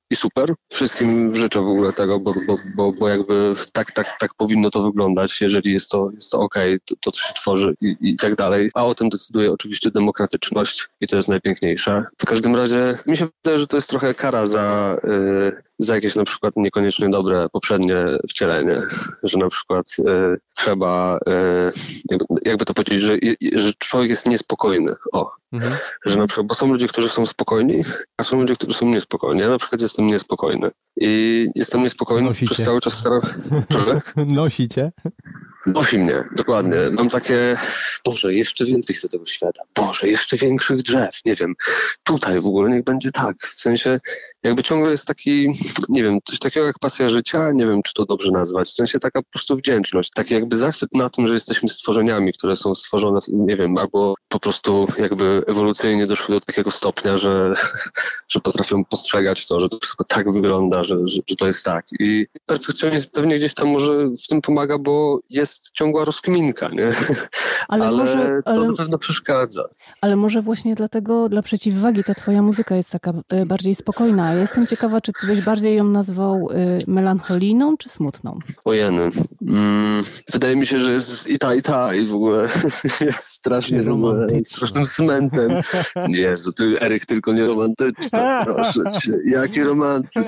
i super. Wszystkim życzę w ogóle tego, bo, bo, bo, bo jakby tak, tak, tak powinno to wyglądać, jeżeli jest to, jest to okej, okay, to, to co się tworzy i, i tak dalej. A o tym decyduje oczywiście demokratyczność i to jest najpiękniejsze. W każdym razie mi się wydaje, że to jest trochę kara za, yy, za jakieś na przykład niekoniecznie dobre poprzednie wcielenie, że na przykład yy, trzeba, yy, jakby, jakby to powiedzieć, że, że człowiek jest niespokojny. O, mhm. że na przykład, bo są ludzie, którzy są spokojni, a są ludzie, którzy są niespokojni. Ja na przykład jestem niespokojny i jestem niespokojny Nosicie. przez cały czas staram... Nosicie? Nosi mnie, dokładnie. Mam takie, Boże, jeszcze więcej chcę tego świata. Boże, jeszcze większych drzew. Nie wiem, tutaj w ogóle niech będzie tak. W sensie jakby ciągle jest taki, nie wiem, coś takiego jak pasja życia, nie wiem, czy to dobrze nazwać. W sensie taka po prostu wdzięczność. Taki jakby zachwyt na tym, że jesteśmy stworzeniami, które są stworzone, nie wiem, albo po prostu jakby ewolucyjnie doszły do takiego stopnia, że, że potrafią postrzegać to, że to wszystko tak wygląda, że, że, że to jest tak. I perfekcjonizm pewnie gdzieś tam może w tym pomaga, bo jest ciągła rozkminka, nie? Ale, ale może, to ale, na pewno przeszkadza. Ale może właśnie dlatego, dla przeciwwagi, ta twoja muzyka jest taka y, bardziej spokojna. Ja jestem ciekawa, czy ty byś bardziej ją nazwał y, melancholijną, czy smutną? Ojeny. Mm, wydaje mi się, że jest i ta, i ta, i w ogóle jest strasznie w ogóle strasznym cmentem. Jezu, ty Eryk, tylko nie romantyczna, proszę cię. Jaki romantyzm.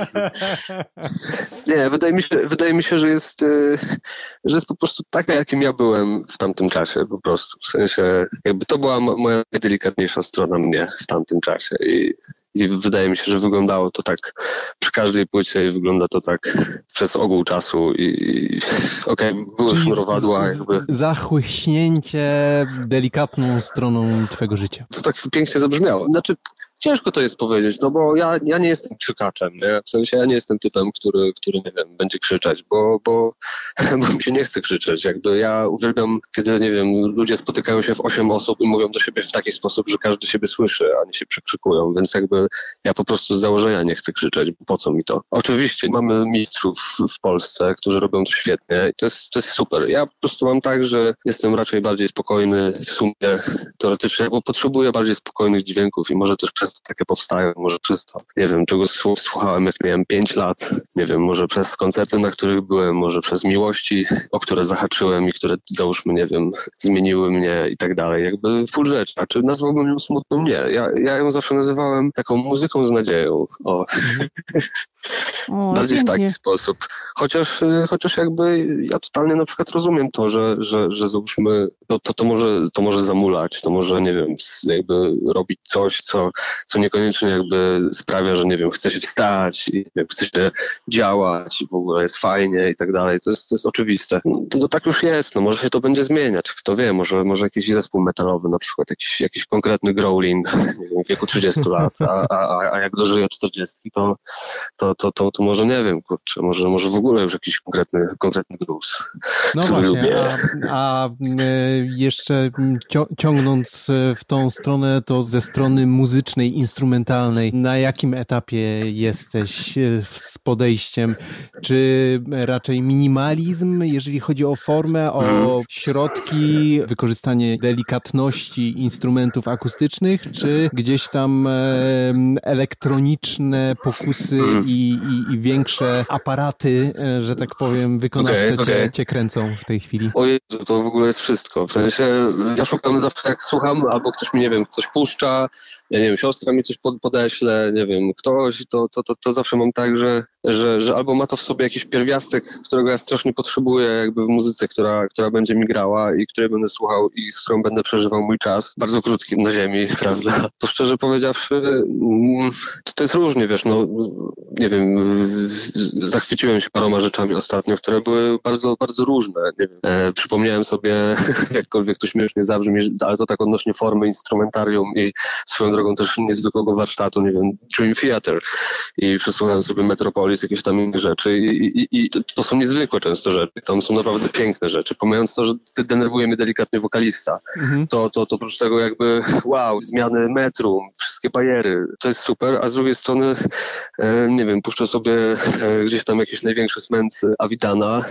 Nie, wydaje mi się, wydaje mi się, że jest, y, że jest po prostu taka, jakim ja byłem w tamtym czasie, po prostu. W sensie, jakby to była moja najdelikatniejsza strona mnie w tamtym czasie i, i wydaje mi się, że wyglądało to tak przy każdej płycie i wygląda to tak przez ogół czasu i, i okej, okay, były Czyli sznurowadła z, z, jakby. Zachłyśnięcie delikatną stroną twojego życia. To tak pięknie zabrzmiało. Znaczy, ciężko to jest powiedzieć, no bo ja, ja nie jestem krzykaczem, nie? W sensie ja nie jestem typem, który, który nie wiem, będzie krzyczeć, bo, bo, bo mi się nie chce krzyczeć. Jakby ja uwielbiam, kiedy, nie wiem, ludzie spotykają się w osiem osób i mówią do siebie w taki sposób, że każdy siebie słyszy, a nie się przekrzykują, więc jakby ja po prostu z założenia nie chcę krzyczeć, bo po co mi to? Oczywiście mamy mistrzów w Polsce, którzy robią to świetnie i to jest, to jest super. Ja po prostu mam tak, że jestem raczej bardziej spokojny w sumie teoretycznie, bo potrzebuję bardziej spokojnych dźwięków i może też przez to takie powstają, może przez to, nie wiem, czego słuchałem jak miałem pięć lat, nie wiem, może przez koncerty, na których byłem, może przez miłości, o które zahaczyłem i które, załóżmy, nie wiem, zmieniły mnie i tak dalej. Jakby full rzecz. A czy nazwałbym ją smutną? Nie. Ja, ja ją zawsze nazywałem taką muzyką z nadzieją. O. O, bardziej pięknie. w taki sposób. Chociaż, chociaż jakby ja totalnie na przykład rozumiem to, że, że, że załóżmy, no to, to, może, to może zamulać, to może, nie wiem, jakby robić coś, co, co niekoniecznie jakby sprawia, że, nie wiem, chce się wstać i chce się działać i w ogóle jest fajnie i tak dalej. To jest, to jest oczywiste. To, to tak już jest, no może się to będzie zmieniać. Kto wie, może, może jakiś zespół metalowy na przykład, jakiś, jakiś konkretny growling, nie wiem, w wieku trzydziestu lat, a, a, a jak dożyje czterdziestu, to, to, to, to, to może nie wiem, kurczę, może, może w ogóle już jakiś konkretny, konkretny blues. No właśnie, a, a jeszcze ciągnąc w tą stronę, to ze strony muzycznej, instrumentalnej, na jakim etapie jesteś z podejściem? Czy raczej minimalizm, jeżeli chodzi o formę, o środki, wykorzystanie delikatności instrumentów akustycznych, czy gdzieś tam elektroniczne pokusy i, i, i większe aparaty, że tak powiem, wykonawcze okay, okay. Cię, cię kręcą w tej chwili? O Jezu, to w ogóle jest wszystko. W sensie ja szukam zawsze, jak słucham, albo ktoś mi, nie wiem, coś puszcza, ja nie wiem, siostra mi coś podeśle, nie wiem, ktoś, to, to, to, to zawsze mam tak, że, że, że albo ma to w sobie jakiś pierwiastek, którego ja strasznie potrzebuję jakby w muzyce, która, która będzie mi grała i której będę słuchał i z którą będę przeżywał mój czas, bardzo krótki na ziemi, prawda? To szczerze powiedziawszy, to, to jest różnie, wiesz, no, nie wiem, zachwyciłem się paroma rzeczami ostatnio, które były bardzo, bardzo różne, nie wiem. E, przypomniałem sobie, jakkolwiek to śmiesznie zabrzmi, ale to tak odnośnie formy instrumentarium i swoją drogą też niezwykłego warsztatu, nie wiem, Dream Theater i przesłuchałem sobie Metropolis, jakieś tam inne rzeczy i, i, i to są niezwykłe często rzeczy, tam są naprawdę piękne rzeczy, pomijając to, że denerwuje mnie delikatnie wokalista, mhm. to, to, to oprócz tego jakby wow, zmiany metrum, wszystkie bajery, to jest super, a z drugiej strony e, nie wiem, wiem, puszczę sobie e, gdzieś tam jakiś największy smęt Avidana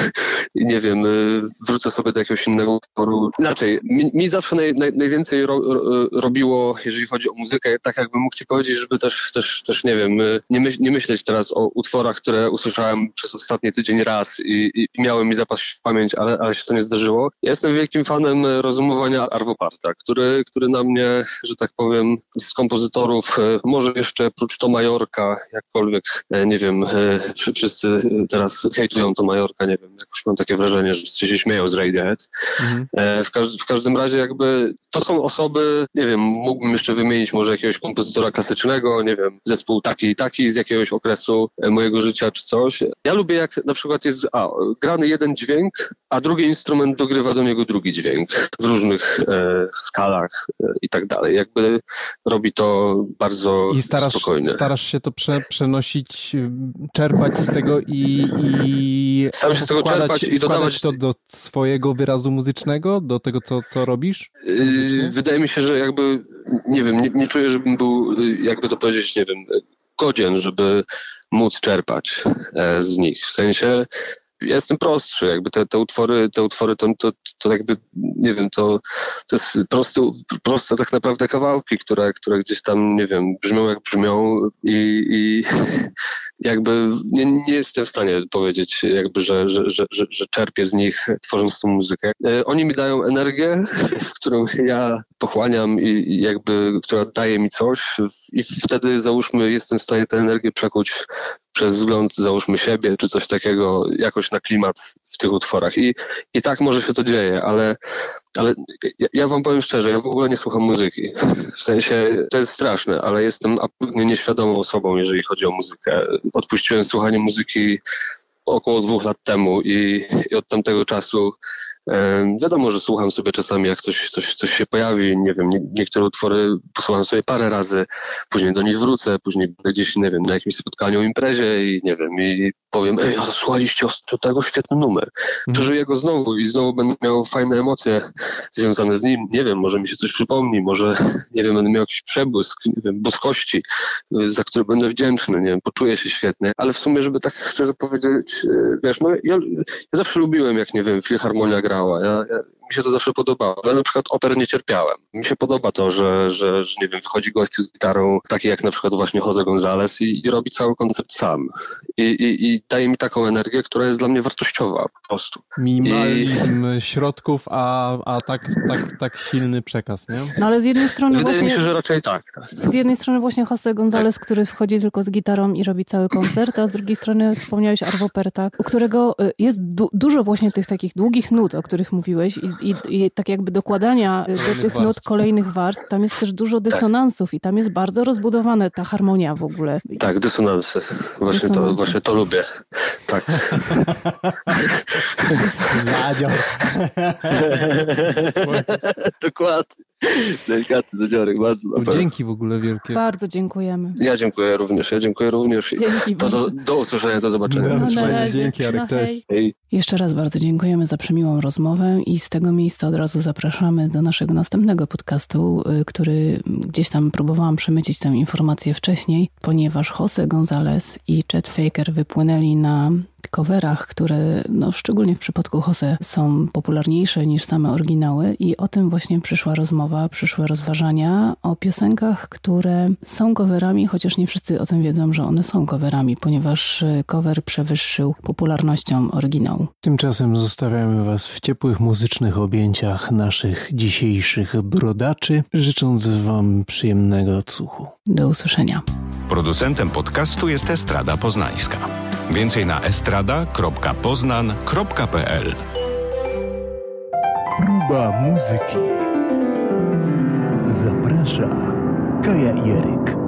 i nie wiem, e, wrócę sobie do jakiegoś innego utworu. Inaczej, mi, mi zawsze naj, naj, najwięcej ro, ro, robiło, jeżeli chodzi o muzykę, tak jakbym mógł ci powiedzieć, żeby też, też, też nie wiem, nie, myśl, nie myśleć teraz o utworach, które usłyszałem przez ostatni tydzień raz i, i miały mi zapaść w pamięć, ale, ale się to nie zdarzyło. Ja jestem wielkim fanem rozumowania Arvo Parta, który, który na mnie, że tak powiem, z kompozytorów, może jeszcze prócz to Majorka, jakkolwiek, nie wiem, wszyscy teraz hejtują to Majorka, nie wiem, jakoś mam takie wrażenie, że wszyscy się śmieją z Radiohead. Mhm. W, każdy, w każdym razie jakby to są osoby, nie wiem, mógłbym jeszcze wymienić może jakiegoś kompozytora klasycznego, nie wiem, zespół taki i taki z jakiegoś okresu mojego życia czy coś. Ja lubię jak na przykład jest a, grany jeden dźwięk, a drugi instrument dogrywa do niego drugi dźwięk w różnych e, skalach e, i tak dalej. Jakby robi to bardzo I starasz, spokojnie. Starasz się to prze, przenosić, czerpać z tego i, i Staram się z tego czerpać i dodawać to do swojego wyrazu muzycznego, do tego, co, co robisz? Muzycznie? Wydaje mi się, że jakby, nie wiem, nie, nie czuję, żebym był, jakby to powiedzieć, nie wiem, godzien, żeby móc czerpać e, z nich. W sensie ja jestem prostszy, jakby te, te utwory, te utwory to, to, to jakby, nie wiem, to, to jest prosty, proste tak naprawdę kawałki, które, które gdzieś tam, nie wiem, brzmią jak brzmią i, i jakby nie, nie jestem w stanie powiedzieć, jakby, że, że, że, że, że czerpię z nich, tworząc tą muzykę. Oni mi dają energię, którą ja pochłaniam i, i jakby, która daje mi coś i wtedy, załóżmy, jestem w stanie tę energię przekuć przez wzgląd, załóżmy, siebie, czy coś takiego, jakoś na klimat w tych utworach. I, i tak może się to dzieje, ale, ale ja, ja wam powiem szczerze, ja w ogóle nie słucham muzyki. W sensie, to jest straszne, ale jestem absolutnie nieświadomą osobą, jeżeli chodzi o muzykę. Odpuściłem słuchanie muzyki około dwóch lat temu i, i od tamtego czasu e, wiadomo, że słucham sobie czasami, jak coś, coś, coś się pojawi, nie wiem, nie, niektóre utwory posłucham sobie parę razy, później do nich wrócę, później gdzieś, nie wiem, na jakimś spotkaniu, imprezie i nie wiem, i powiem, ej, a słuchaliście o tego, świetny numer. Przeżyję go znowu i znowu będę miał fajne emocje związane z nim, nie wiem, może mi się coś przypomni, może, nie wiem, będę miał jakiś przebłysk, nie wiem, boskości, za który będę wdzięczny, nie wiem, poczuję się świetnie, ale w sumie, żeby tak szczerze powiedzieć, wiesz, no ja, ja zawsze lubiłem, jak, nie wiem, filharmonia grała, ja, ja, mi się to zawsze podobało, ale na przykład oper nie cierpiałem. Mi się podoba to, że, że, że nie wiem, wychodzi gościu z gitarą, taki jak na przykład właśnie Jose González i, i robi cały koncert sam. I, i, I daje mi taką energię, która jest dla mnie wartościowa po prostu. Minimalizm I... środków, a, a tak, tak, tak silny przekaz, nie? No ale z jednej strony Wydaje właśnie... mi się, że raczej tak. tak. Z jednej strony właśnie Jose González, tak. który wchodzi tylko z gitarą i robi cały koncert, a z drugiej strony wspomniałeś Arvo Perta, u którego jest du- dużo właśnie tych takich długich nut, o których mówiłeś i, i, i tak jakby dokładania kolejnych do tych warstw. nut kolejnych warstw. Tam jest też dużo dysonansów tak. i tam jest bardzo rozbudowana ta harmonia w ogóle. Tak, dysonansy. Właśnie, dysonansy. To, właśnie to lubię. Tak. Zadzior. Dokładnie. Delikatny zadziorek, bardzo dobrze. Dzięki w ogóle wielkie. Bardzo dziękujemy. Ja dziękuję również, ja dziękuję również. Dzięki to do, do usłyszenia, do zobaczenia. No, no, no, dzięki, Jarek, no, cześć. Hej. Jeszcze raz bardzo dziękujemy za przemiłą rozmowę i z tego miejsca od razu zapraszamy do naszego następnego podcastu, który gdzieś tam próbowałam przemycić tę informację wcześniej, ponieważ Jose González i Chet Faker wypłynęli na coverach, które no, szczególnie w przypadku Jose są popularniejsze niż same oryginały i o tym właśnie przyszła rozmowa, przyszły rozważania o piosenkach, które są coverami, chociaż nie wszyscy o tym wiedzą, że one są coverami, ponieważ cover przewyższył popularnością oryginału. Tymczasem zostawiamy Was w ciepłych muzycznych objęciach naszych dzisiejszych brodaczy, życząc Wam przyjemnego odsłuchu. Do usłyszenia. Producentem podcastu jest Estrada Poznańska. Więcej na estrada kropka poznan kropka pe el. Próba muzyki. Zaprasza Kaja Jeryk.